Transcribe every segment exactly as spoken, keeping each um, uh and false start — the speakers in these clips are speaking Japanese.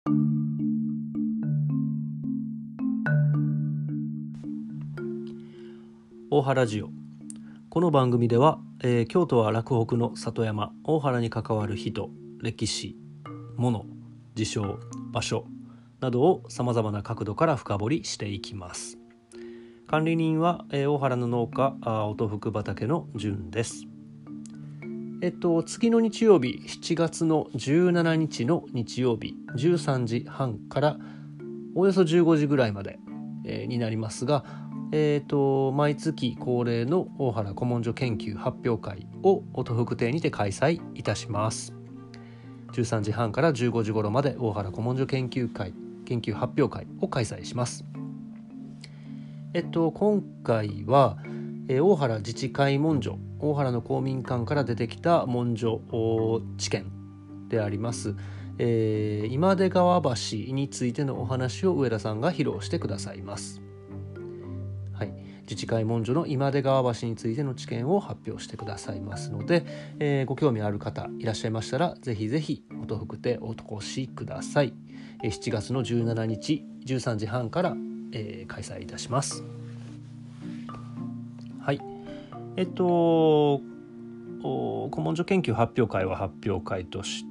大原ジオ。この番組では、えー、京都は洛北の里山大原に関わる人、歴史、物、事象、場所などをさまざまな角度から深掘りしていきます。管理人は、えー、大原の農家音福畑の淳です。えっと次の日曜日しちがつのじゅうしちにちの日曜日じゅうさんじはんからおよそじゅうごじぐらいまで、えー、になりますが、えー、と毎月恒例の大原古文書研究発表会を音福亭にて開催いたします。じゅうさんじはんからじゅうごじ頃まで大原古文書研究会研究発表会を開催します。えっと今回は、えー、大原自治会文書、大原の公民館から出てきた文書知見であります、えー、今出川橋についてのお話を上田さんが披露してくださいます。はい、自治会文書の今出川橋についての知見を発表してくださいますので、えー、ご興味ある方いらっしゃいましたらぜひぜひ音福亭お越しください。えー、しちがつのじゅうしちにちじゅうさんじはんから、えー、開催いたします。はい、えっと古文書研究発表会は発表会として、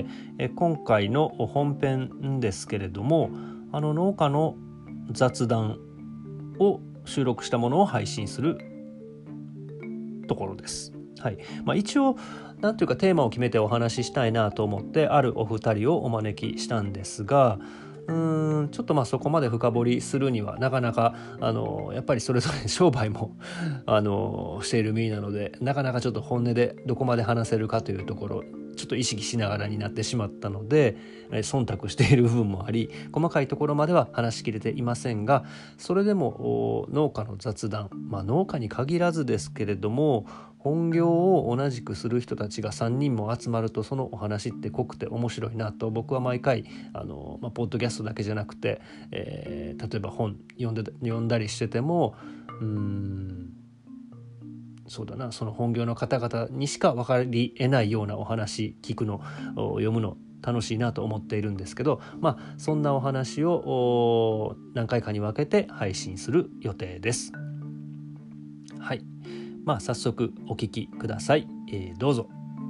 え今回の本編ですけれども、あの農家の雑談を収録したものを配信するところです。はい、まあ、一応なんていうかテーマを決めてお話ししたいなと思ってあるお二人をお招きしたんですが、うーんちょっとまあそこまで深掘りするにはなかなかあのやっぱりそれぞれ商売もあのしている身なので、なかなかちょっと本音でどこまで話せるかというところちょっと意識しながらになってしまったので、忖度している部分もあり細かいところまでは話しきれていませんが、それでも農家の雑談、まあ、農家に限らずですけれども本業を同じくする人たちがさんにんも集まるとそのお話って濃くて面白いなと僕は毎回あの、まあ、ポッドキャストだけじゃなくて、えー、例えば本読んで読んだりしててもうーんそうだなその本業の方々にしか分かり得ないようなお話聞くの読むの楽しいなと思っているんですけど、まあそんなお話を何回かに分けて配信する予定です。はい、まあ早速お聞きください。えー、どうぞ。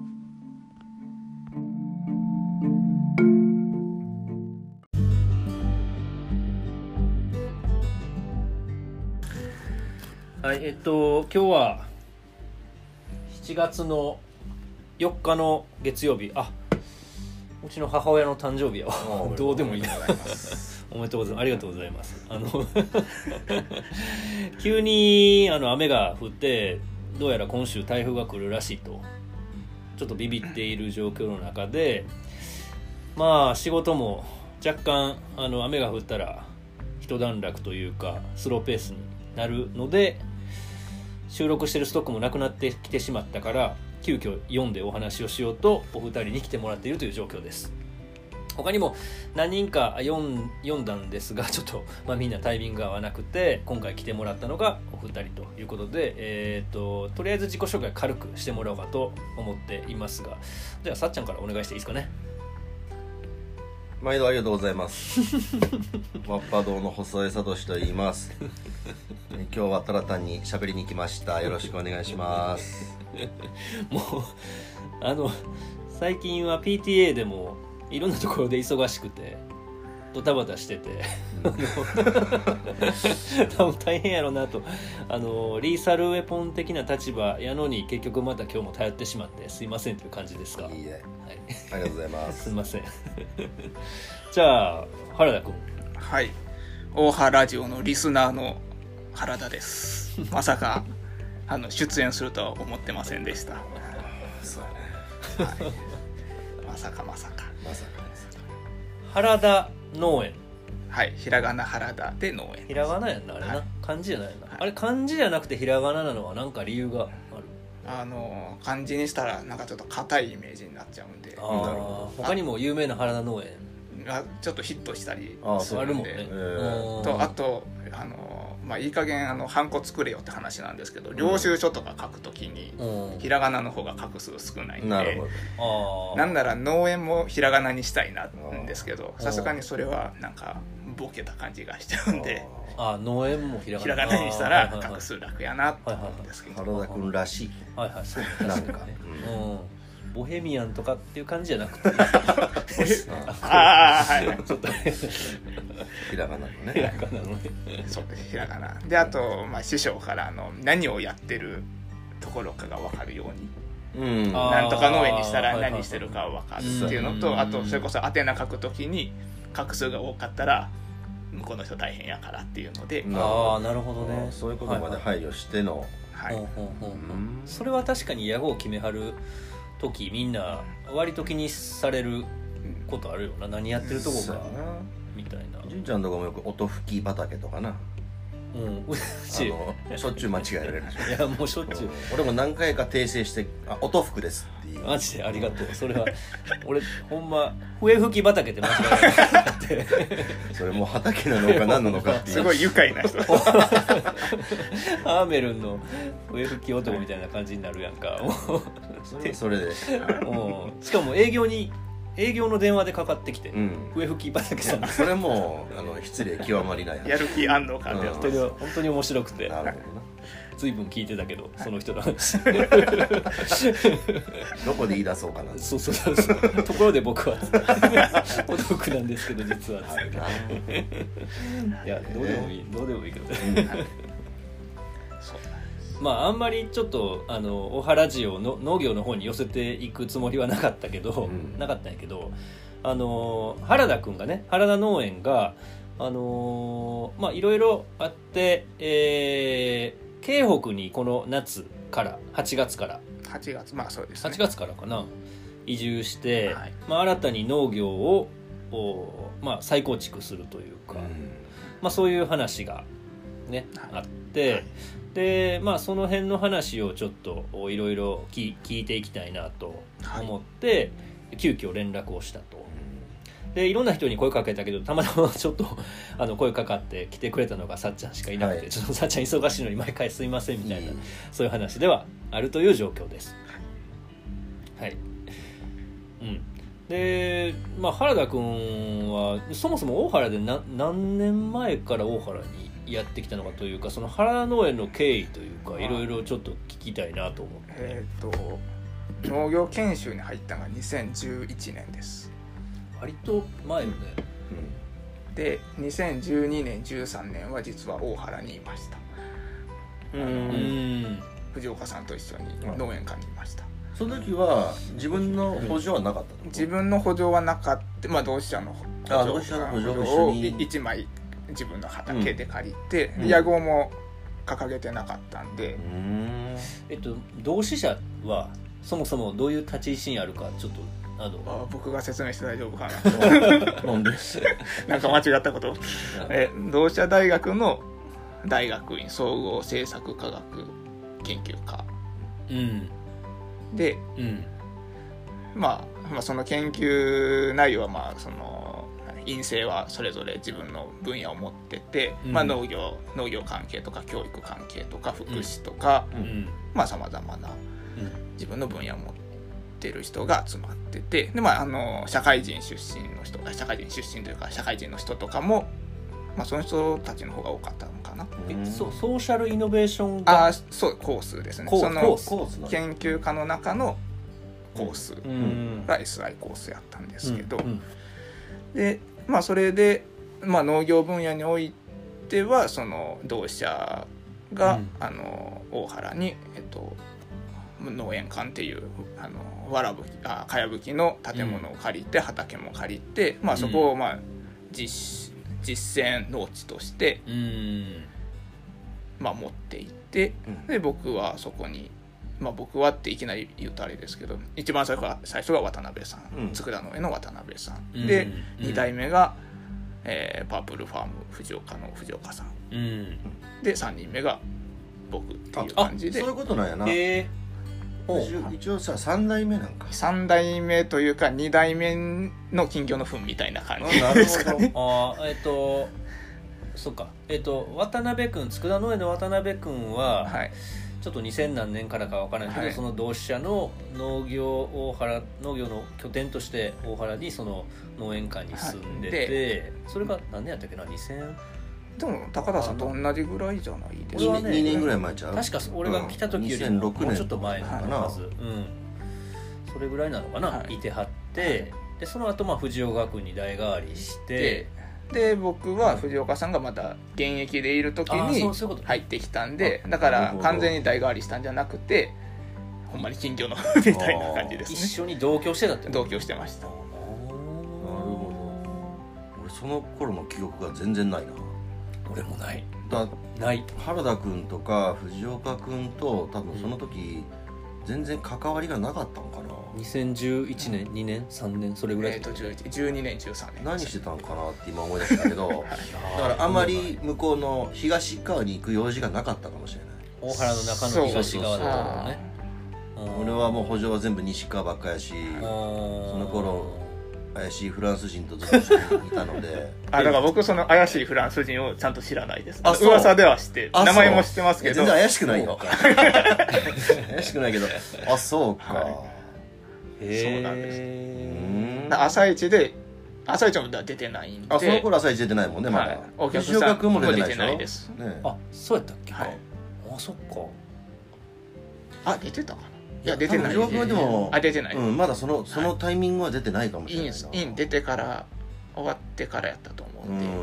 はい、えっと今日はしちがつのよっかの月曜日、あ、うちの母親の誕生日やわ。どうでもいいな。おめでとうございます。ありがとうございます。あの急にあの雨が降ってどうやら今週台風が来るらしいとちょっとビビっている状況の中で、まあ仕事も若干あの雨が降ったら一段落というかスローペースになるので、収録してるストックもなくなってきてしまったから急遽読んでお話をしようとお二人に来てもらっているという状況です。他にも何人か読ん、読んだんですがちょっと、まあ、みんなタイミングが合わなくて今回来てもらったのがお二人ということで、えー、ととりあえず自己紹介軽くしてもらおうかと思っていますが、じゃあさっちゃんからお願いしていいですかね。 毎度ありがとうございますわっぱ堂の細江聡と言います今日はただ単に喋りに来ました。よろしくお願いしますもうあの最近は ピーティーエー でもいろんなところで忙しくてドタバタしてて、うん、多分大変やろうなと、あのリーサルウェポン的な立場やのに結局また今日も頼ってしまってすいませんという感じですが、 いいえ、 はい、 ありがとうございますすいませんじゃあ原田君。 はい、大原ラジオのリスナーの原田ですまさかあの出演するとは思ってませんでしたそうやね、はい、まさかまさかまさか原田農園、 はい、ひらがな原田で農園。 ひらがなやんなあれな、はい、漢字じゃないな、はい、あれ漢字じゃなくてひらがななのは何か理由がある？ あの漢字にしたらなんかちょっと硬いイメージになっちゃうんで、 ああ他にも有名な原田農園がちょっとヒットしたりするんで、あるもんね。 とあとあのまあ、いい加減あのハンコ作れよって話なんですけど、領収書とか書くときにひらがなの方が画数少ないんで、 なるほどなんなら農園もひらがなにしたいなんですけど、さすがにそれはなんかボケた感じがしちゃうんで、 あ農園もひらがなひらがなにしたら画数楽やなと思うんですけど、 原田君らしい。 はいはい、そうね、 なんか確かにね、うんボヘミアンとかっていう感じじゃなくてああはいはいちょっとひらがなのひらね。 がなのねそうですひらがなで、あと、まあ、師匠からあの何をやってるところかが分かるように、 うん。 あーなんとかの上にしたらはいはい何してるか分かるっていうのと、 うんあとそれこそ宛名書くときに画数が多かったら向こうの人大変やからっていうので、 うんああなるほどね、 そういうことまで配慮しての。 はいほうほうほううんそれは確かに屋号を決めはる時みんな割と気にされることあるよな、何やってるとこかそうやな。 みたいな、 純ちゃんとかもよく音吹き畑とかな。 うんうあちのしょっちゅう間違えられるでしょ。 いやもうしょっちゅう俺も何回か訂正して「あ音吹くです」っていう。 マジでありがとう。それは俺ほんま笛吹き畑って間違えられてそれもう畑なのか何なのかっていう。 すごい愉快な人ハーメルンの笛吹き男みたいな感じになるやんか。もそれはそれで。 うもうしかも営業に営業の電話でかかってきて、 うん。 笛吹き畑さんのそれもあの失礼極まりない話。 やる気あんのかってやつ本当に本当に面白くてなるほ随分聞いてたけどその人の話どな。どこで言い出そうかな。 そうそうそうそうところで僕はお得なんですけど実はつっていやどうでもいいどうでもいいけどそうまああんまりちょっとあの大原ジオの農業の方に寄せていくつもりはなかったけど、 うんなかったんやけどあの原田くんがね原田農園があのまあいろいろあってえー、京北にこの夏からはちがつからはちがつまあそうですねはちがつからかな移住して、 はいまあ、新たに農業を、おまあ、再構築するというか、 うんまあ、そういう話がね、 はいあって、 はいでまあその辺の話をちょっといろいろ聞聞いていきたいなと思って、急遽連絡をしたと。でいろんな人に声かけたけどたまたまちょっとあの声かかって来てくれたのがさっちゃんしかいなくて、 はいちょっとさっちゃん忙しいのに毎回すいませんみたいな、 いいそういう話ではあるという状況です。はい。うん。で、まあ原田くんはそもそも大原でな何年前から大原にやってきたのかというか、その原田農園の経緯というかいろいろちょっと聞きたいなと思って。 えっ、と農業研修に入ったのがにせんじゅういちねんです。 割と前よね。 でにせんじゅうにねんじゅうさんねんは実は大原にいました。 うんあのうん。 藤岡さんと一緒に農園館にいました。 その時は自分の補助はなかったってこと。 自分の補助はなかった、まあ同志社の補助あ同志社の補助も一緒をにいちまい自分の畑で借りて、 うん屋号も掲げてなかったんで、 うーんえっと同志社はそもそもどういう立ち位置にあるかちょっとあのあ僕が説明して大丈夫かななんでなんか間違ったことえ同志社大学の大学院総合政策科学研究科うんで、 うんまあ、まあその研究内容はまあその院生はそれぞれ自分の分野を持ってて、 うんまあ、農業農業関係とか教育関係とか福祉とか、 うんうんまあさまざまな自分の分野を持ってる人が集まってて、で、まあ、あの社会人出身の人社会人出身というか社会人の人とかも、まあ、その人たちの方が多かったのかな。 えそうソーシャルイノベーションがあそうコースですね。 コーそのコースコースな研究科の中のコースうんが エスアイ コースやったんですけど、 うんでまあそれで、まあ、農業分野においてはその同志社が、 うんあの大原に、えっと、農園館っていうあのわらぶきあかやぶきの建物を借りて、畑も借りて、まあ、そこを、まあ、実実践農地として、 うんまあ、持っていって、 うんで僕はそこに、まあ、僕はっていきなり言うとあれですけど一番最初が最初が渡辺さん、 うん佃農園の渡辺さん、 うんで、 うんに代目が、えーパープルファーム藤岡の藤岡さんうんでさんにんめが僕っていうあ感じでそういうことなんやな。 えー一応一応ささん代目なんか。 さん代目というかに代目の金魚の糞みたいな感じあなるほどですかね。 あーえっとそっかえっ、ー、と渡辺君佃農園の渡辺君は、 はい、 ちょっとにせん何年からかわからないけど、はい、その同志社の農業大原農業の拠点として大原にその農園館に住んでて、はい、それが何年やったっけなにせんでも高田さんと同じぐらいじゃないですか、 ね、にねんぐらい前ちゃう確か俺が来た時よりももうちょっと前のはず、うん、それぐらいなのかな、はい、いてはって、はい、でその後まあ藤岡君に代替わりしてで僕は藤岡さんがまた現役でいる時に入ってきたんでだから完全に代替わりしたんじゃなくてほんまに近所のみたいな感じですね。 一緒に同居してたって同居してました。なるほど。俺その頃の記憶が全然ないな。 俺もないだない原田君とか藤岡君と多分その時全然関わりがなかったのかな。 にせんじゅういちねんにねんさんねんそれぐらい、 えー、とじゅうにねんじゅうさんねん何してたのかなって今思い出したけどだからあんまり向こうの東側に行く用事がなかったかもしれない。 大原の中の東側だったのね。 俺はもう補助は全部西側ばっかやしその頃怪しいフランス人とずっといたのであだから僕その怪しいフランス人をちゃんと知らないです。あ噂では知って名前も知ってますけど全然怪しくないよ怪しくないけどあそうか、はい、 そうなんです。朝一で朝一も出てないんであその頃朝一出てないもんねまだ、はい、 お客さんも出てないです、 ね、あそうやったっけ、 はい、 あそっかあ出てたかないや出てない状況でもあ出てない、 うん、まだそのそのタイミングは出てないかもしれないな、 はい、イン出てから終わってからやったと思うんで、うん、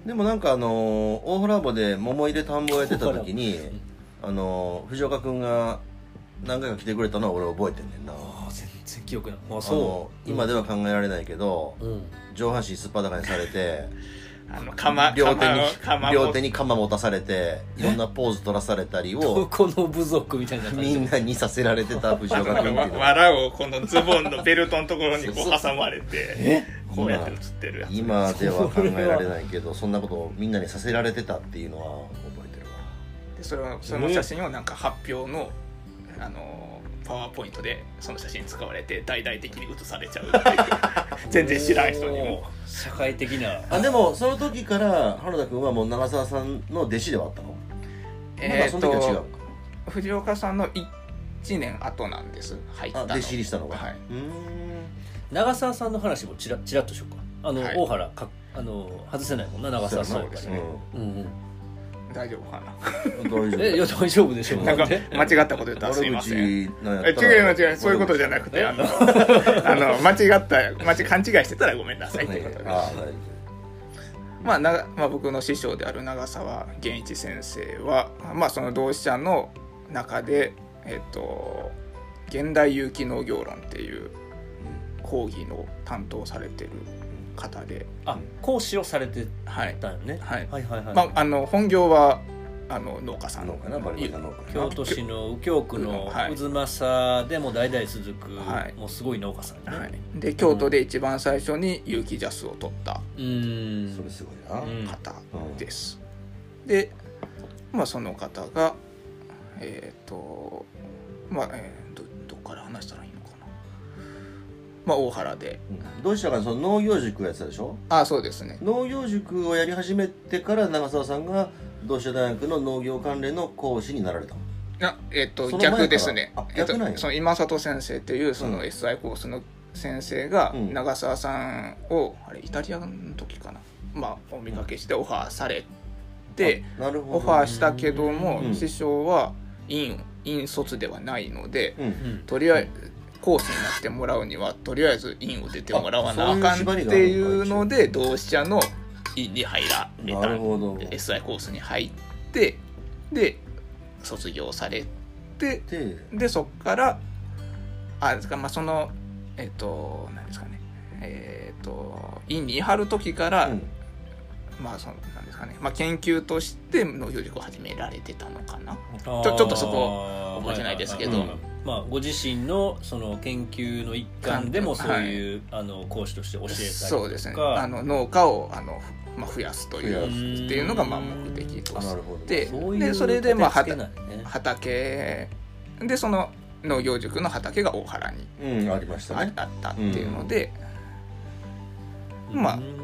でもなんかあの大原坊で桃入れ田んぼをやってた時にあの藤岡君が何回か来てくれたのは俺覚えてんねんな。 あ全然記憶ない。 あそう今では考えられないけど、うん、上半身すっぱだかにされてあの釜両手に釜両手に鎌持たされていろんなポーズ取らされたりをこの部族みたいな感じみんなにさせられてた藤岡君っていうのわらをこのズボンのベルトのところにこう挟まれてこうやって映ってるやつ。 今では考えられないけどそんなことをみんなにさせられてたっていうのは覚えてるわ。 でそれをその写真をなんか発表のあのパワーポイントでその写真使われて大々的に写されちゃうっていう全然知らん人にも社会的なあでもその時から原田君はもう長澤さんの弟子ではあったの？ えー、 その時は違うか。 藤岡さんのいちねん後なんです入ったの。 弟子入りしたのが、 はい、 うーん長澤さんの話もちらちらっとしようか。あの、はい、大原かあの外せないもんな長澤さんは、うんうんうん大丈夫かな大丈夫えいや大丈夫でしょう。 なんか間違ったこと言ったらすいません。違う違うそういうことじゃなくてあのあの間違った間違勘違いしてたらごめんなさいということで、あまあなまあ僕の師匠である長澤源一先生はまあその同志社の中でえっと現代有機農業論っていう講義の担当されてる方で、 あ講師をされてたよね、 はい、はいはいはい、 まあ、あの本業はあの農家さん農家なバリバリ農家京都市の右京区の渦政でも代々続く、はい、もうすごい農家さんね、 はい、で京都で一番最初に有機ジャスを取ったうんそれすごいな方です、うん、で、まあ、その方がえっ、ー、とまあ、えー、ど, どっから話したらいいのかな、まあ、大原で、 うん、どうしたかその農業塾やってたでしょ。 あそうですね。 農業塾をやり始めてから長澤さんが同志社大学の農業関連の講師になられたの。 いやえっ、ー、と逆ですね。 逆なんや、 えー、その今里先生っていうその エスアイ コースの先生が長澤さんを、あれイタリアの時かな、まあ、お見かけしてオファーされて、 なるほどオファーしたけども、うん、師匠は院院卒ではないので、うん、とりあえずコースになってもらうにはとりあえず院を出てもらわなあかんっていうので同志社の院に入られた エスアイ コースに入ってで卒業されてでそっからあですか、まあ、そのえっと何ですかねえっと院に入る時から、うん、まあそのなんですかね、まあ、研究として農業塾を始められてたのかなちょ、ちょっとそこ覚えてないですけど、はいはいはい、 まあ、ご自身のその研究の一環でもそういう、はい、あの講師として教えたりとかそうですねあの農家をあの、まあ、増やすというっていうのがまあ目的としてでそれでまあ畑でその農業塾の畑が大原に、 うん、ありましたねあったっていうので、うん、まあ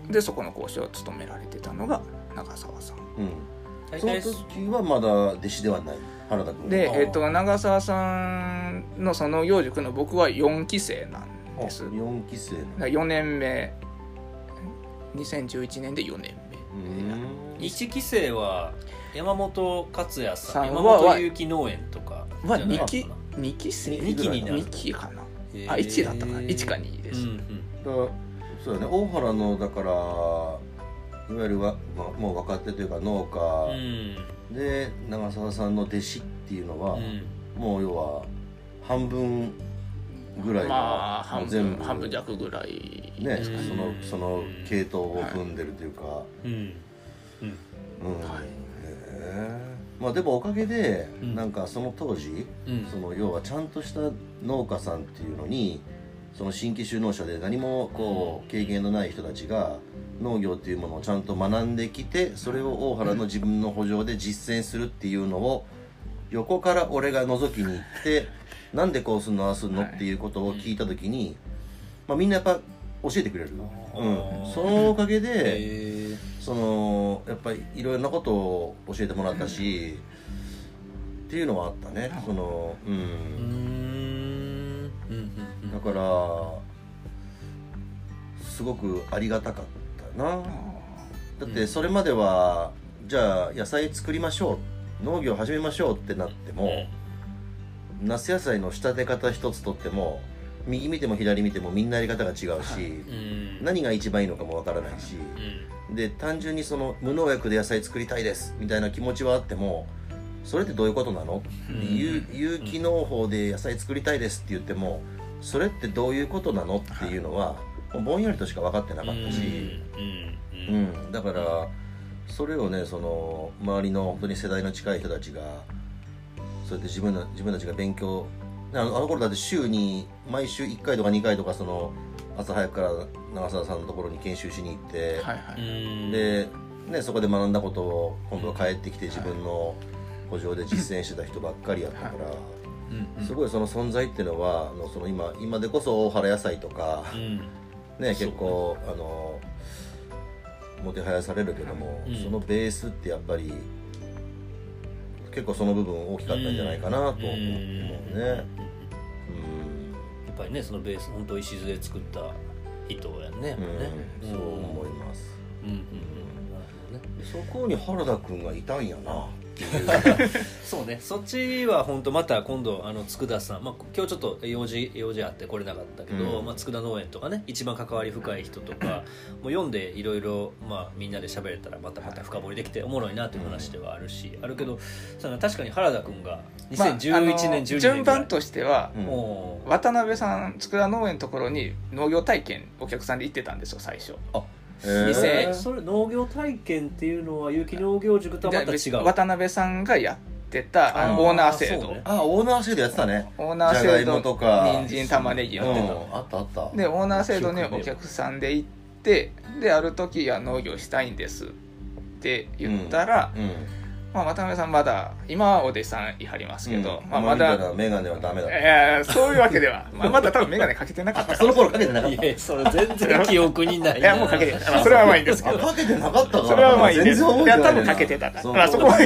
でそこの講師を務められてたのが長澤さん、 うん、その時はまだ弟子ではない原田君で、えー、と長澤さんのその行塾の僕はよんき生なんです。 よんき生だよねんめにせんじゅういちねんでよねんめ。 いちき生は山本克也さん、山は本有機農園とかはにきにき生にきになるにきかな、あいちだったかな、いちかにです、 うんうん、 だそうだね、大原のだからいわゆるわ、まあ、もう若手というか農家、うん、で長澤さんの弟子っていうのは、うん、もう要は半分ぐらいが、 まあ、半分半分弱ぐらいね、うん、そのその系統を踏んでるというか、はいうんうんうんはいまあ、でもおかげで、うん、なんかその当時、うん、その要はちゃんとした農家さんっていうのにその新規就農者で何もこう経験のない人たちが農業っていうものをちゃんと学んできてそれを大原の自分の補助で実践するっていうのを横から俺が覗きに行ってなんでこうすんのああすんのっていうことを聞いた時に、まあ、みんなやっぱ教えてくれる、うん、そのおかげでそのやっぱりいろいろなことを教えてもらったし、うん、っていうのはあったねその、うん、だからすごくありがたかったな。だってそれまではじゃあ野菜作りましょう農業始めましょうってなっても夏野菜の仕立て方一つとっても右見ても左見てもみんなやり方が違うし、はい、何が一番いいのかもわからないし、うん、で単純にその無農薬で野菜作りたいですみたいな気持ちはあってもそれってどういうことなの、うん、有, 有機農法で野菜作りたいですって言ってもそれってどういうことなのっていうのは、はい、ぼんやりとしか分かってなかったし、うんうんうん、だからそれをねその周りの本当に世代の近い人たちがそうやって自分の自分たちが勉強あの、あの頃だって週に毎週いっかいとかにかいとかその朝早くから長澤さんのところに研修しに行って、はいはい、で、ね、そこで学んだことを今度は帰ってきて自分の補助で実践してた人ばっかりやったから、はい、すごいその存在っていうのはあのその 今, 今でこそ大原野菜とか、うんね、結構あのもてはやされるけども、うん、そのベースってやっぱり結構その部分大きかったんじゃないかなと思うね、うんうん、やっぱりねそのベース本当礎で作った人やね、 うん、そう思います、うんうんうん、なるほどね、そこに原田くんがいたんやなそうね、そっちは本当また今度あの佃さん、まあ、今日ちょっと用事用事あって来れなかったけど、うんまあ、佃農園とかね一番関わり深い人とかもう読んでいろいろみんなで喋れたらまたまた深掘りできておもろいなという話ではあるし、うん、あるけど確かに原田くんがにせんじゅういちねん、じゅうにねん順番としては、うん、渡辺さん佃農園のところに農業体験お客さんで行ってたんですよ最初。あえー、それ農業体験っていうのは有機農業塾とはまた違う渡辺さんがやってたあのオーナー制度、ね、 あオーナー制度やってたね。 オーナー制度とか人参玉ねぎやってた、うん、 あったあったでオーナー制度にお客さんで行ってである時いや農業したいんですって言ったら、うんうんまあ、渡辺さんまだ今はお弟子さんいはりますけど、うんまあ、まだメガネはダメだった。 いやそういうわけでは、まあ、まだ多分メガネかけてなかったその頃かけてなかった。 いやそれ全然記憶にないな。 いやもうかけてた、まあ、それはまあいいんですけどかけてなかったからそれはまあいいんです。いや多分かけてたから、まあ、そこはい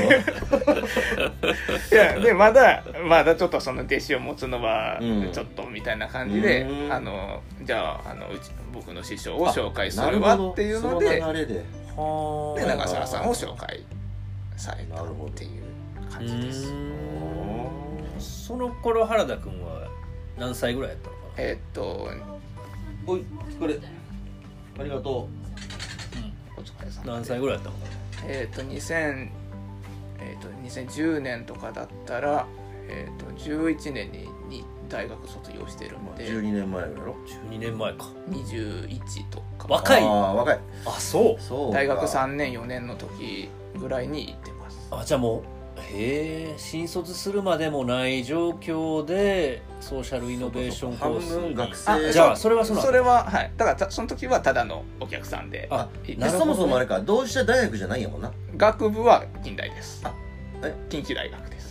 やでまだまだちょっとその弟子を持つのはちょっとみたいな感じで、うん、あのじゃあ、 あのうち僕の師匠を紹介するわっていうので、その流れでで長澤さんを紹介されたっていう感じです。 その頃原田くんは何歳ぐらいやったのかな。 えー、っとおいこれありがとう、うん、 お疲れ様。 何歳ぐらいやったのかな。 えー、っと2000えー、っとにせんじゅうねんとかだったら、えー、っとじゅういちねんにに大学卒業してるんでじゅうにねんまえだろ。 じゅうにねんまえか。 にじゅういちとか。 若い。 あ若い。 あそう。 そう大学さんねんよねんの時ぐらいに行ってます。 あじゃあもうへえ新卒するまでもない状況でソーシャルイノベーションコース。 半分学生。 じゃあそれはそのそれははいだからその時はただのお客さんで。 あでそもそもあれか同志社大学じゃないやもんな。 学部は近大です。あえ近畿大学です。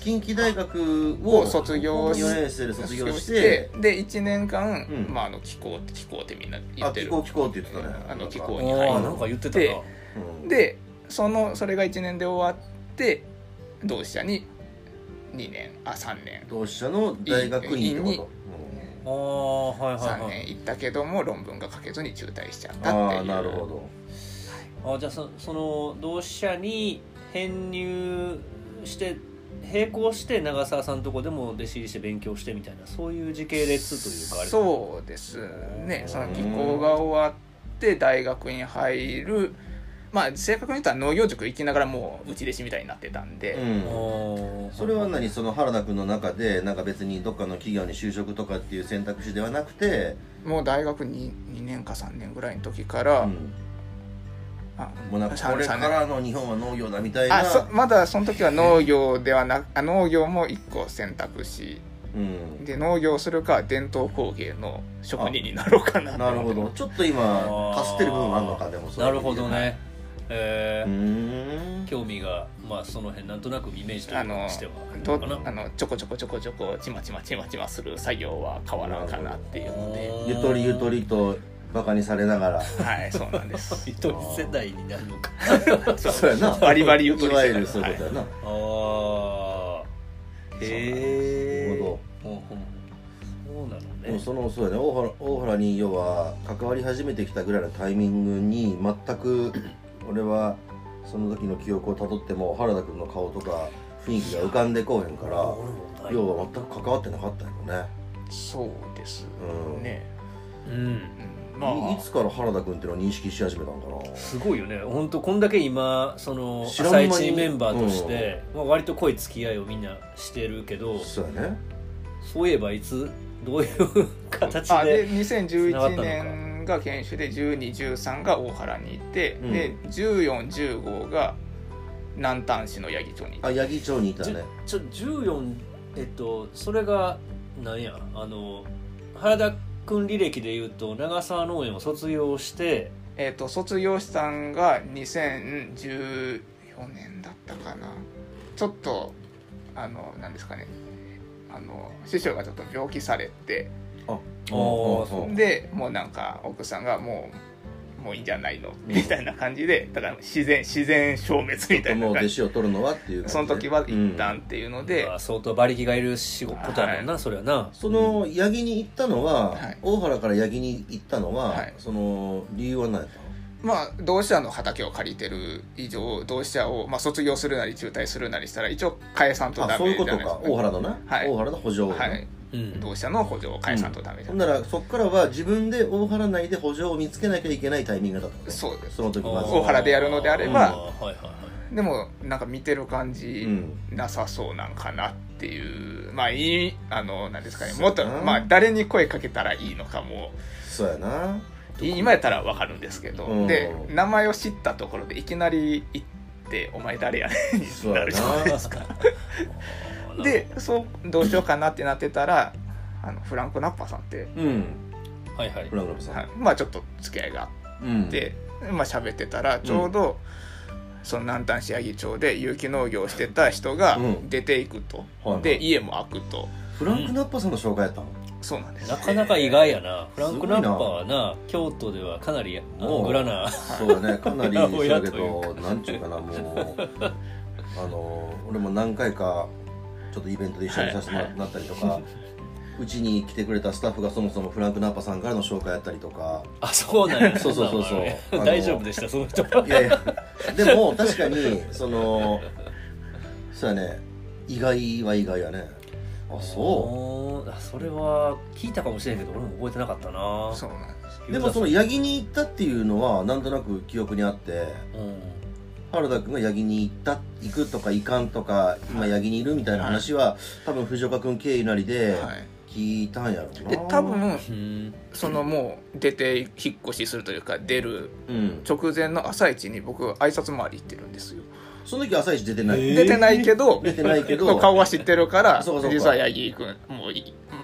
近畿大学をを卒業しよねん生で卒業してでいちねんかん、 うんまあ、あの気候って気候ってみんな言ってるあ気候気候って言ってたねあの気あ候に入ーなんか言ってたなでうんでそのそれがいちねんで終わって同志社ににねんあさんねん同志社の大学院ってこああはいはいさんはいねん行ったけども論文が書けずに中退しちゃっと、 たっていうああなるほどあじゃあそその同志社に編入して並行して長澤さんのとこでも弟子入りして勉強してみたいなそういう時系列というかあれそうですねその気候が終わって大学に入るまあ正確に言ったら農業塾行きながらもう内弟子みたいになってたんで、 うん、それは何その原田君の中でなんか別にどっかの企業に就職とかっていう選択肢ではなくて、 もう大学 に, にねんかさんねんぐらいの時から、 うん、 あもうなんかこれからの日本は農業だみたいあなそまだその時は農業ではなくあ農業も一個選択肢うんで農業するか伝統工芸の職人になろうかなとなるほどちょっと今かすってる部分あるのかでもなるほどねえうーん興味がまあその辺なんとなくイメージというあのしてはどかなあのちょこちょこちょこちょこちまちまちまちまする作業は変わらんかなっていうのでゆとりゆとりとバカにされながらはいそうなんですゆとり世代になるのかそうやなバリバリゆとりいわゆるそういうことやな、 ああへえなるほどそうなのでもねそのそうやね大原大原に要は関わり始めてきたぐらいのタイミングに全く俺はその時の記憶をたどっても原田君の顔とか雰囲気が浮かんでこうへんから要は全く関わってなかったよね、 そうですうんね、 うんうん、まあいいつから原田君っていうのを認識し始めたんかなすごいよね本当こんだけ今その知らん間に朝一メンバーとして、まあ、割と濃い付き合いをみんなしてるけどそうやねそういえばいつどういう形あででにせんじゅういち繋がったのかねんが研修でじゅうに、じゅうさんが大原にいて、 うんでじゅうよん、じゅうごが南丹市の八木町にいてあ八木町にいたじゅねちょじゅうよんえっとそれがなんやあの原田君履歴でいうと長沢農園を卒業してえー、と卒業したんがにせんじゅうよねんだったかなちょっとあのなんですかねあの師匠がちょっと病気されてあおーそうでもうなんか奥さんがもうもういいんじゃないのみたいな感じでだから自然自然消滅みたいもう弟な感じ子を取るのはっていう感じでその時は一旦っていうので、 あ相当馬力がいる仕事だもんな、 はそれはなその八木に行ったのは、 はい大原から八木に行ったのは、 はいその理由は何やったのまあ同志社の畑を借りてる以上同志社を、まあ、卒業するなり中退するなりしたら一応返さんとダメあそういうことじゃないですかか大原のな、 はい大原の補助をね、 はいうん同志社の補助を返さんとダメじゃほんない、 ならそっからは自分で大原内で補助を見つけなきゃいけないタイミングだったのそうですその時まず大原でやるのであればあーはいはいはいでもなんか見てる感じ、 うんなさそうなんかなっていうまあいいあのなんですかねもっとそうやなまあ誰に声かけたらいいのかもそうやな今やったらわかるんですけど、 うんで名前を知ったところでいきなり行ってお前誰やねんそうやになるじゃないなですかあーでそうどうしようかなってなってたらあのフランク・ナッパさんって、 うんはいはいフランクラブさん、 はい、まあちょっと付き合いがあうんって、まあ喋ってたらちょうど、その南丹市八木町で有機農業をしてた人がうん出ていくと、 はいはいで家も空くとフランクナッパさんの紹介やったの、 そうなんですなかなか意外やなフランク・ナッパすごいはな京都ではかなりあもうのグラナそうだねかなりそう親だけというどなんちゅうかなもうあの俺も何回かちょっとイベントで一緒にさせてもらったりとか、うちに来てくれたスタッフがそもそもフランク・ナッパさんからの紹介やったりとかあそうなんやそうそうそうそうあの大丈夫でしたその人いやいやでも確かにそのそうやね意外は意外やねあそおーあそれは聞いたかもしれんけど俺も覚えてなかったなそうなんですうでもその八木に行ったっていうのはなんとなく記憶にあってうん原田君が八木に行った行くとか行かんとか今八木にいるみたいな話は、多分藤岡君経由なりではい聞いたんやろうな、 で多分うんそのもう出て引っ越しするというか出るうん直前の朝一に僕挨拶回り行ってるんですよその時朝一出てない、 えー出てないけど出てないけど顔は知ってるからそうかそうか実は八木君もうい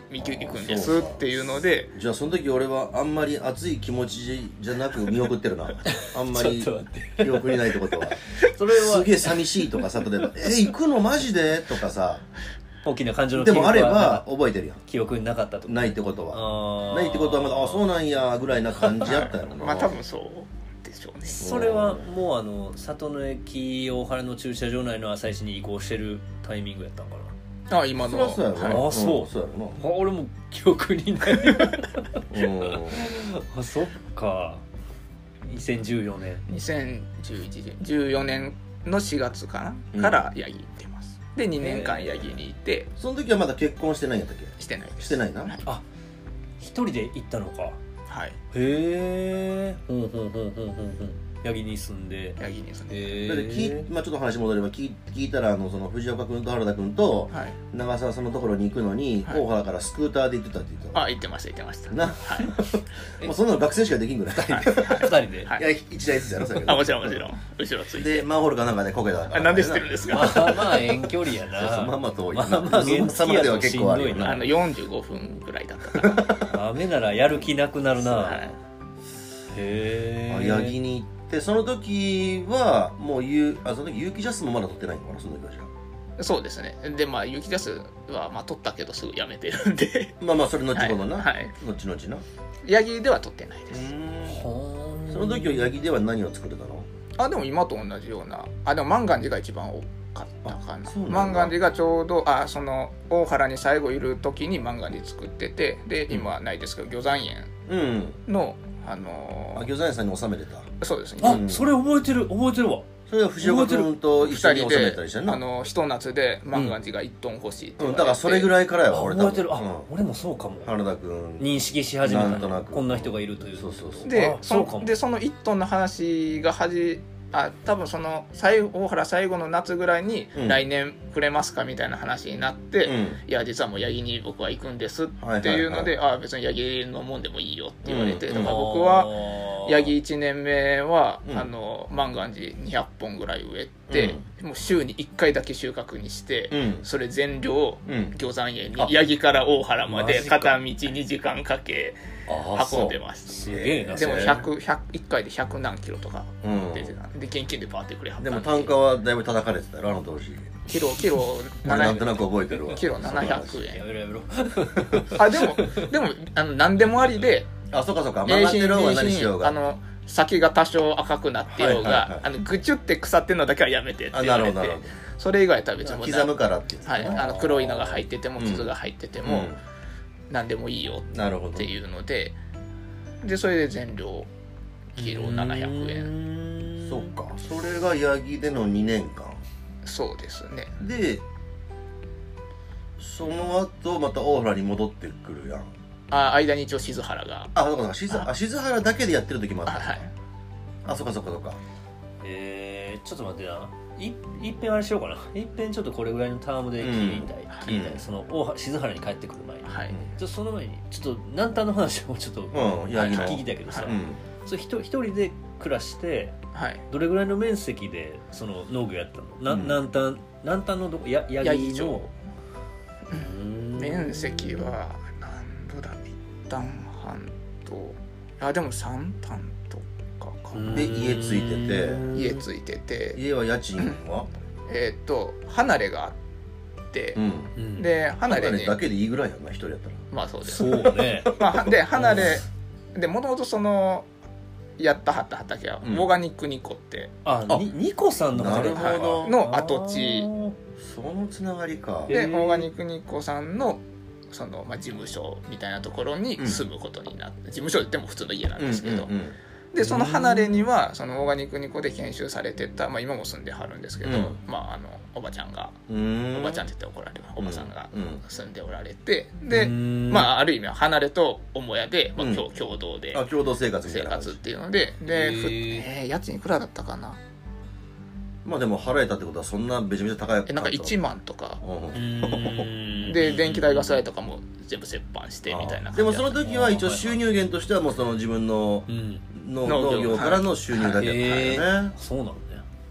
行くんですっていうので、 じゃあその時俺はあんまり熱い気持ちじゃなく見送ってるなあんまりちょっと待って記憶にないってことはそれはすげえ寂しいとかさ、例えば「え行くのマジで?」とかさ、 大きな感情のでもあれはば覚えてるやん、 記憶になかったとかないってことはあーないってことはまだ「あそうなんや」ぐらいな感じやったやろなまあ多分そうでしょうね。 それはもうあの里の駅大原の駐車場内の朝市に移行してるタイミングやったんかな。 あ今のそりゃそうやろな、 はいあそううんそうやろあ俺も記憶にないなうんあそっかにせんじゅうよねんにせんじゅういちねんじゅうよねんのしがつかな、 うんから八木行ってます。でにねんかん八木にいて、 その時はまだ結婚してないんやったっけ？ してないです。 してないな、 はいあ一人で行ったのか。 はい、 へえほんほんほんほんほんほん八木に住んで八木に住んで、 へだって聞い、まあ、ちょっと話戻れば聞い聞いたらあのその藤岡君と原田君とはい、 長澤さんのところに行くのに、 はい大原からスクーターで行ってたって言ってたあ行ってました行ってました。 なはいもうそんなの学生しかできんぐらいはい二人で、 はいいや一台ずつやろそれあもちろんもちろん後ろついて。 でマンホールかなんかでこけたあなんで知ってるんですか？ まあまあ遠距離やそうなそうまあまあ遠いまあまあ原付までは結構あるよあのよんじゅうごふんぐらいだったかな。 雨ならやる気なくなるな、 はいへえ八木に行ってその時はもうゆあその時有機ジャスもまだ取ってないのかなその時はじゃそうですね。でまあ雪ジャスはまあ取ったけどすぐやめてるんであまあまあそれ後ほどな、 はいはい後々な八木では取ってないです。 ほーんその時は八木では何を作れたの？ あでも今と同じようなあでも万願寺が一番多かったかな。 あそうなんだ万願寺がちょうどあその大原に最後いる時に万願寺作っててで今はないですけど魚山園うんのあのーあ魚山園さんに収めてたそうですね。 あ、 うんそれ覚えてる覚えてるわそれは藤岡君と一緒に収め二人でたりしてんなあのひと夏で万願寺がいっトン欲しいってうん、 言われて、 だからそれぐらいからやあわ俺覚えてるあ、 うん俺もそうかも原田君認識し始めたなんとなくこんな人がいるというそうそうそうであそそうかもでそのいっトンの話がはじあ多分その最後大原最後の夏ぐらいにうん来年くれますかみたいな話になって、 うんいや実はもう八木に僕は行くんですってはいはいはいいうので、あ別に八木のもんでもいいよって言われて、 うんだから僕は八木木いちねんめは、 うんあの万願寺にひゃっぽんぐらい植えて、もう週にいっかいだけ収穫にして、 うんそれ全量うん魚山園にあ八木から大原までマジか片道にじかんかけあ運んでました。 すげえなでもそれひゃく、ひゃくいっかいでひゃくなんキロとかうん出てたんで、現金でバーってくれはったんでも単価はだいぶ叩かれてたよあの当時キロキロ俺なんとなく覚えてるわキロななひゃくやえんめろやめろあでもでもあの何でもありであそうかそうか曲がってる方は何しようがあの先が多少赤くなってようが、 はいはいはいあのぐちゅって腐ってるのだけはやめてってあ言われてなるほどなるほそれ以外は別にもうど刻むからって言ってたはい、あの黒いのが入ってても筒が入ってても、 う何でもいいよんなるほどっていうのででそれで全量キロななひゃくえんんそっかそれが八木でのにねんかんそうですねでその後また大原に戻ってくるやんあ間に一応静原があそうかそうか静あ静原だけでやってる時もあったあはいあそっかそっかそっかえー、ちょっと待ってないいっぺんあれしようかないっぺんちょっとこれぐらいのタームで聞いたい、聞いたい、 うんその大原静原に帰ってくる前に、 はいちょっとその前にちょっと南端の話をちょっと、 うん八木の聞きたいけどさ、 はいうんそれ一人一人で暮らしてはいどれぐらいの面積でその農業やったのな、 うん南端南端のどこや八八木町木のうーん面積は何度だ一旦半とあでも三単とかかなで家ついてて家ついてて家は家賃はえーっと離れがあってうんうんで離れに離れだけでいいぐらいやんな一人やったらまあそうですそうねまあで離れでもともとそのやったはった畑はうんオーガニックニコってああにニコさんのなるほどの跡地そのつながりかえでオーガニックニコさんのその、まあ、事務所みたいなところに住むことになって、事務所でも普通の家なんですけど、 うんうんでその離れにはそのオーガニックニコで研修されてた、まあ、今も住んではるんですけど、 うんまあ、あのおばちゃんが、 うんおばちゃんって言って怒られるおばさんがうん住んでおられて、で、 うんまあ、ある意味は離れと母屋で、まあ、 うん共共同であ共同生活みたい生な感じ活っていうのでで、ふへーえー家賃いくらだったかなまあでも払えたってことはそんなめちゃめちゃ高いえなんかいちまんとかうんうーんで電気代ガス代とかも全部折半してみたいな感じでもその時は一応収入源としてはもうその自分のうんの農業農業からの収入だけだったよね、 そうなんだよ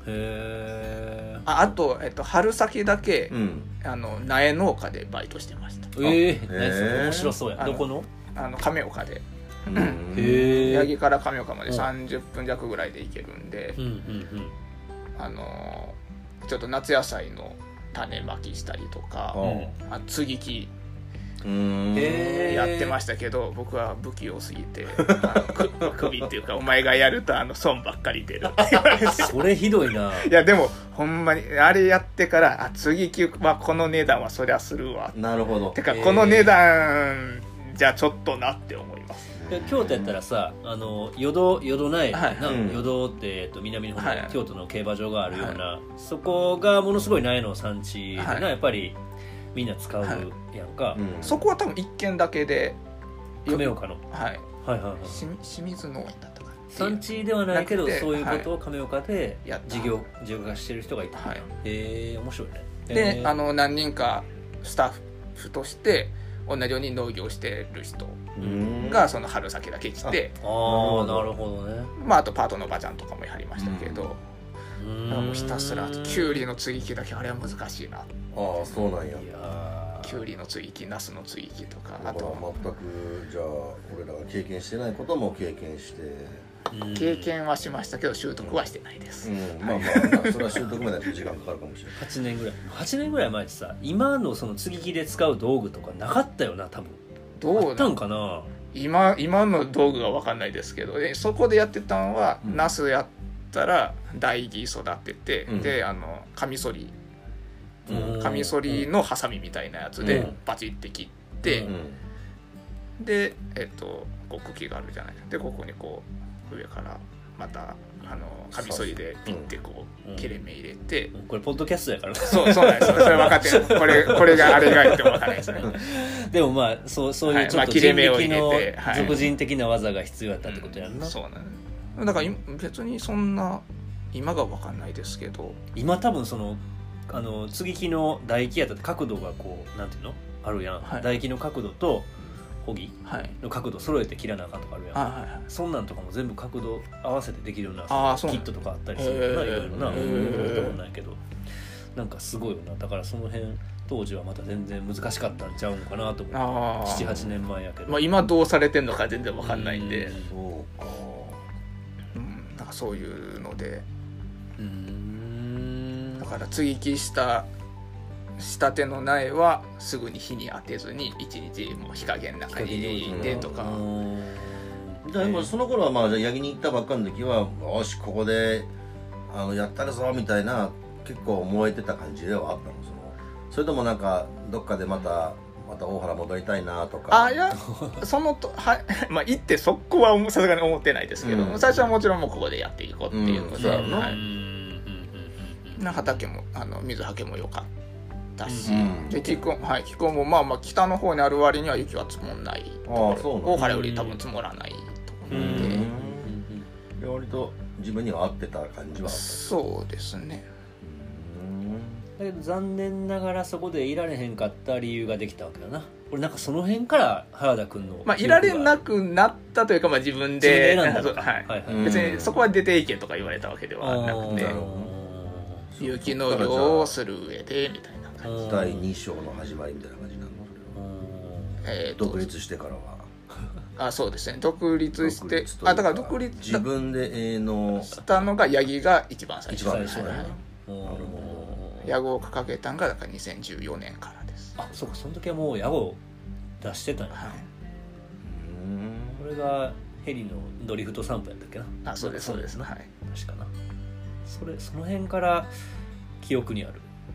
へああと、えっと、春先だけ、 うんあの苗農家でバイトしてました。 ええへー何それ面白そうやあのどこのあの亀岡でうんへえ八木から亀岡までうんさんじゅっぷん弱ぐらいで行けるんで、 うんうんあのちょっと夏野菜の種まきしたりとか、 ああ継ぎ木うんへーやってましたけど、僕は不器用すぎてあのく首っていうかお前がやるとあの損ばっかり出るって言われてうんそれひどいないやでもほんまにあれやってからあ継ぎ木はこの値段はそりゃするわなるほどてかへーこの値段じゃちょっとなって思います。 で京都やったらさあの淀淀苗な、 はいうん淀って、えっと、南の方に、 はい京都の競馬場があるような、そこがものすごい苗の産地でな、 はいやっぱりみんな使うやんか、 うんそこは多分一軒だけで亀岡のはいはいはいはいし清水農園だったかな産地ではないけどなくてそういうことを亀岡でやった事業事業化してる人がいたんだ、 はいへえ面白いねで、 へーあの何人かスタッフとして同じように農業してる人うんがその春先だけ来て、 ああなるほどねまああとパートのおばちゃんとかもやりましたけど、 うーんだからもうひたすらきゅうりの接ぎ木だけあれは難しいな、 ああそうなんやいやきゅうりの接ぎ木ナスの接ぎ木とかだからあと全くじゃあ俺らが経験してないことも経験してー経験はしましたけど習得はしてないです、 うんまあまあまあそれは習得まで時間かかるかもしれないはちねんぐらいはちねんぐらい前ってさ今のその継ぎ木で使う道具とかなかったよな多分どうなんあったんかな今今の道具が分かんないですけどえそこでやってたのは、 うんナスやったら大木育てて、 うんであのカミソリうんカミソリのハサミみたいなやつでうんバチって切って、 うんでえっとこう茎があるじゃないでここにこう上からまたあのカミソリでピッてこうんう切れ目入れて、 これポッドキャストやからなそうそうなんですよそれ分かってるこれこれがあれがいっても分かんないですねでもまあそうそういうちょっとはいまあ切れ人目を入力れてのはい俗人的な技が必要やったってことやんな、 うんそうなんですだから今別にそんな今が分かんないですけど今多分そのあの継ぎ木の唾液やったって角度がこうなんていうのあるやん、 はい唾液の角度と穂木はいの角度揃えて切らなあかんとかあるやんあはいはいそんなんとかも全部角度合わせてできるようなあーそうなんキットとかあったりするよなへーいろいろなへー見たことないけどなんかすごいよなだからその辺当時はまた全然難しかったんちゃうんかなと思ってあななーはちねんまえやけど、 まあ、今どうされてんのか全然分かんないんでうんそうかうんなんかそういうのでうーんだから接ぎ木したしたての苗はすぐに火に当てずに一日もう日陰の中に入れてとか、 うんじゃあでもその頃はまあじゃあ八木に行ったばっかりの時はよしここであのやったるぞみたいな結構燃えてた感じではあったのそのそれともなんかどっかでまたまた大原戻りたいなとかあいやそのとはまあ行って速攻はさすがに思ってないですけど、 うん最初はもちろんもうここでやっていこうっていうので、 うんそうやろなはいうんうんうんな畑もあの水はけも良かったし、 うんで気候はい気候もまあまあ北の方にある割には雪は積もんないところああそうなんだ大原より多分積もらないところうんで、 で割と自分には合ってた感じはあったそうですねだけど残念ながらそこでいられへんかった理由ができたわけだな俺なんかその辺から原田君のまあいられなくなったというか、まあ、自分で自分で選んだのかそうはいはいはいうん別にそこは出ていけとか言われたわけではなくてあーなるほど有機農業をする上でみたいな感じ、 うん第二章の始まりみたいな感じなのえーと独立してからはあそうですね独立して独立というかあだから独立自分で営農したのが八木が一番最初一番最初だはいねうん屋号を掲げたのがだからにせんじゅうよねんからです、 あそうかその時はもう屋号出してたんやはい、 うんこれがヘリのドリフト散歩やったっけなあそうですそうですなはい確かなそれその辺から記憶にある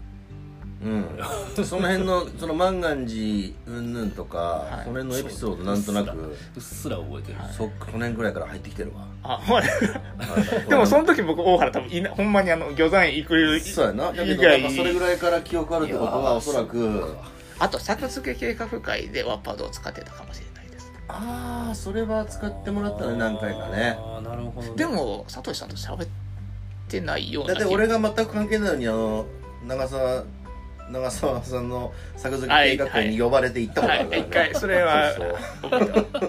うん、その辺のその万願寺うんぬんとか、 はいその辺のエピソードなんとなくうっすら覚えてる、 そっかその辺ぐらいから入ってきてるわあほらでもその時僕大原多分いなほんまにあの魚山行くそうやなだけ以どなん外かそれぐらいから記憶あるってことはおそらくあと作付け計画会でワッパードを使ってたかもしれないですああそれは使ってもらったね何回かねああなるほど、ね、 でも佐藤さんと喋ってないようなだって俺が全く関係ないのにあの長澤長澤さんの作付け計画会に呼ばれて行ったことあるから、ねはい一回それはそうそう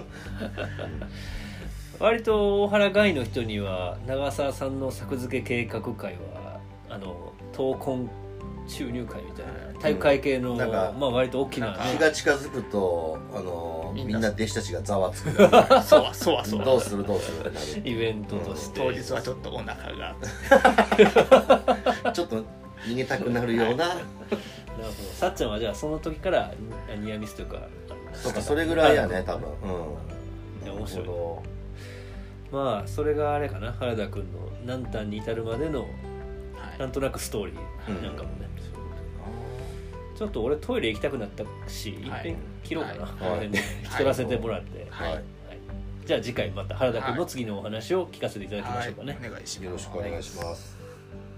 割と大原外の人には長澤さんの作付け計画会はあの闘魂注入会みたいな体育会系の、うん、まあ割と大きな、ね、 日が近づくとあのみんな弟子たちがざわつくそうはそうはそうはどうするどうするイベントとして、 うん、当日はちょっとお腹がちょっと逃げたくなるようななるほど。さっちゃんはじゃあその時からニアミスというかそうかそれぐらいやね多分、 うん、いや面白い。まあそれがあれかな、原田くんの南端に至るまでの、はい、なんとなくストーリーなんかもね、うん、ちょっと俺トイレ行きたくなったし、はい、一遍切ろうかな、はい、この辺で切らせてもらって、はいはいはい、じゃあ次回また原田くんの次のお話を聞かせていただきましょうかね、 はいはい、お願いします。 よろしくお願いします。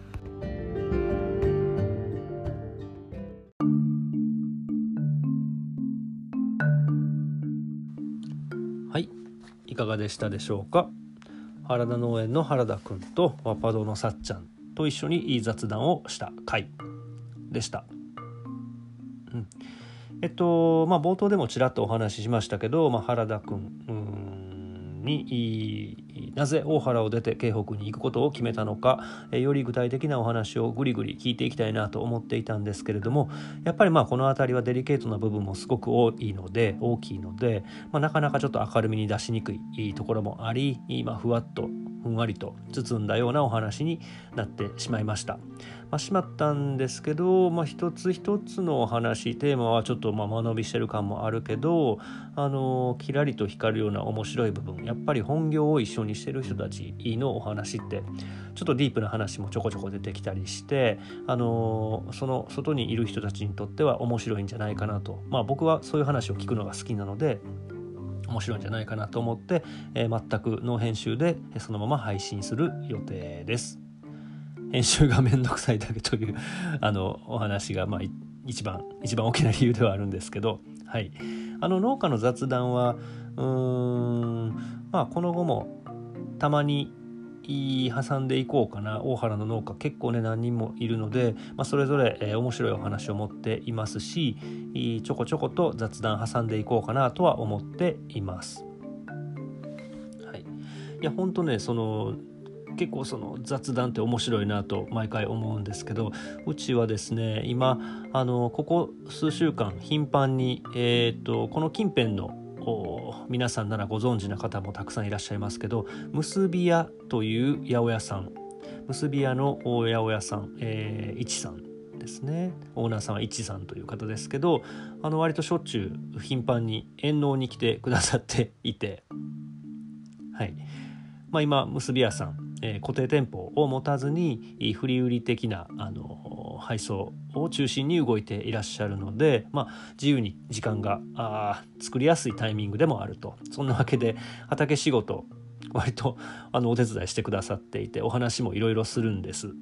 はい、いかがでしたでしょうか。原田農園の原田くんとワパドのさっちゃんと一緒にいい雑談をした回でした。うん、えっとまあ冒頭でもちらっとお話ししましたけど、まあ、原田くんになぜ大原を出て京北に行くことを決めたのか、より具体的なお話をぐりぐり聞いていきたいなと思っていたんですけれども、やっぱりまあこの辺りはデリケートな部分もすごく多いので大きいので、まあ、なかなかちょっと明るみに出しにくいところもあり、今ふわっとふんわりと包んだようなお話になってしまいました。まあ、しまったんですけど、まあ、一つ一つのお話テーマはちょっとまあ間延びしてる感もあるけど、あのキラリと光るような面白い部分、やっぱり本業を一緒にしてる人たちのお話ってちょっとディープな話もちょこちょこ出てきたりして、あのその外にいる人たちにとっては面白いんじゃないかなと、まあ僕はそういう話を聞くのが好きなので面白いんじゃないかなと思って、えー、全くノー編集でそのまま配信する予定です。編集がめんどくさいだけというあのお話がまあ一番一番大きな理由ではあるんですけど、はい、あの農家の雑談はうーんまあこの後もたまに挟んでいこうかな。大原の農家結構ね何人もいるので、まあ、それぞれ、えー、面白いお話を持っていますし、ちょこちょこと雑談挟んでいこうかなとは思っています。はい、いや本当ねその結構その雑談って面白いなと毎回思うんですけど、うちはですね今あのここ数週間頻繁に、えーと、この近辺の皆さんならご存知な方もたくさんいらっしゃいますけど、結び屋という八百屋さん、結び屋の八百屋さん、えー、一さんですね。オーナーさんは一さんという方ですけど、あの割としょっちゅう頻繁に遠納に来てくださっていて、はい、まあ、今結び屋さん、えー、固定店舗を持たずに振り売り的なあの配送を中心に動いていらっしゃるので、まあ、自由に時間があ作りやすいタイミングでもあると。そんなわけで畑仕事割とあのお手伝いしてくださっていて、お話もいろいろするんです。うん、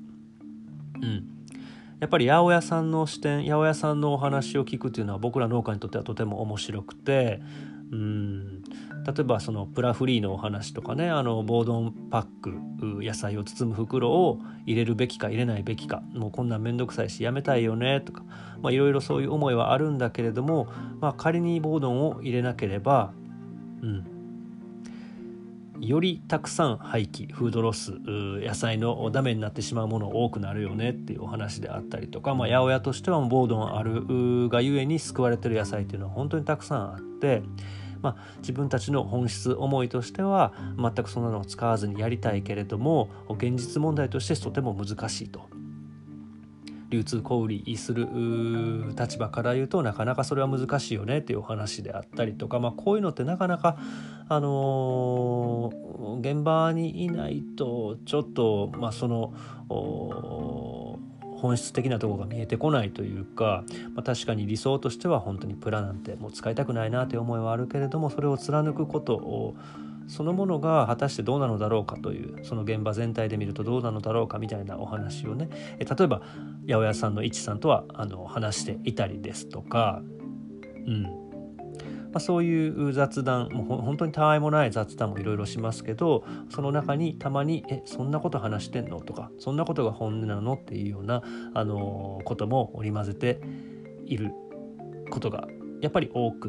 やっぱり八百屋さんの視点、八百屋さんのお話を聞くっていうのは僕ら農家にとってはとても面白くて、うん、例えばそのプラフリーのお話とかね、あのボードンパック、野菜を包む袋を入れるべきか入れないべきか、もうこんなんめんどくさいしやめたいよねとか、まあいろいろそういう思いはあるんだけれども、まあ、仮にボードンを入れなければ、うん、よりたくさん廃棄、フードロス、野菜のダメになってしまうもの多くなるよねっていうお話であったりとか、まあ、八百屋としてはボードンあるがゆえに救われてる野菜っていうのは本当にたくさんあって、まあ、自分たちの本質思いとしては全くそんなのを使わずにやりたいけれども、現実問題としてとても難しいと。流通小売りする立場から言うとなかなかそれは難しいよねっていうお話であったりとか、まあ、こういうのってなかなか、あのー、現場にいないとちょっと、まあ、その本質的なところが見えてこないというか、まあ、確かに理想としては本当にプラなんてもう使いたくないなという思いはあるけれども、それを貫くことをそのものが果たしてどうなのだろうかという、その現場全体で見るとどうなのだろうかみたいなお話をね、え例えば八百屋さんの一さんとはあの話していたりですとか、うんまあ、そういう雑談、もう本当にたわいもない雑談もいろいろしますけど、その中にたまにえそんなこと話してんのとか、そんなことが本音なのっていうようなあのことも織り交ぜていることがやっぱり多くって、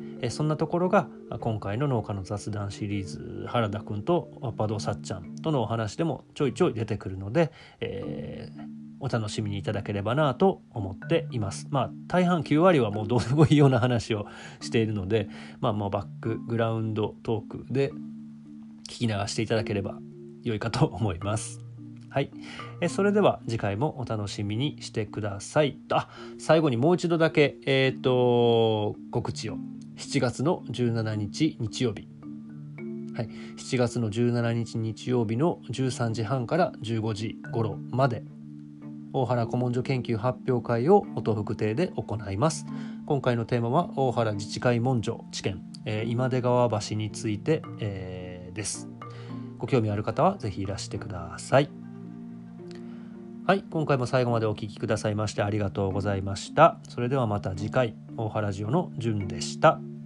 えそんなところが今回の農家の雑談シリーズ、原田くんとパドさっちゃんとのお話でもちょいちょい出てくるので、えー、 お楽しみにいただければなと思っています。まあ大半きゅう割はもうどうでもいいような話をしているので、まあもうバックグラウンドトークで聞き流していただければ良いかと思います。はい、えそれでは次回もお楽しみにしてください。あ、最後にもう一度だけ、えー、と告知を。しちがつのじゅうしちにち日曜日、はい、しちがつのじゅうしちにち日曜日のじゅうさんじはんからじゅうごじ頃まで大原古文書研究発表会を音福亭で行います。今回のテーマは大原自治会文書知見、えー、今出川橋について、えー、です。ご興味ある方はぜひいらしてください。はい、今回も最後までお聞きくださいましてありがとうございました。それではまた次回、大原ジオのじゅんでした。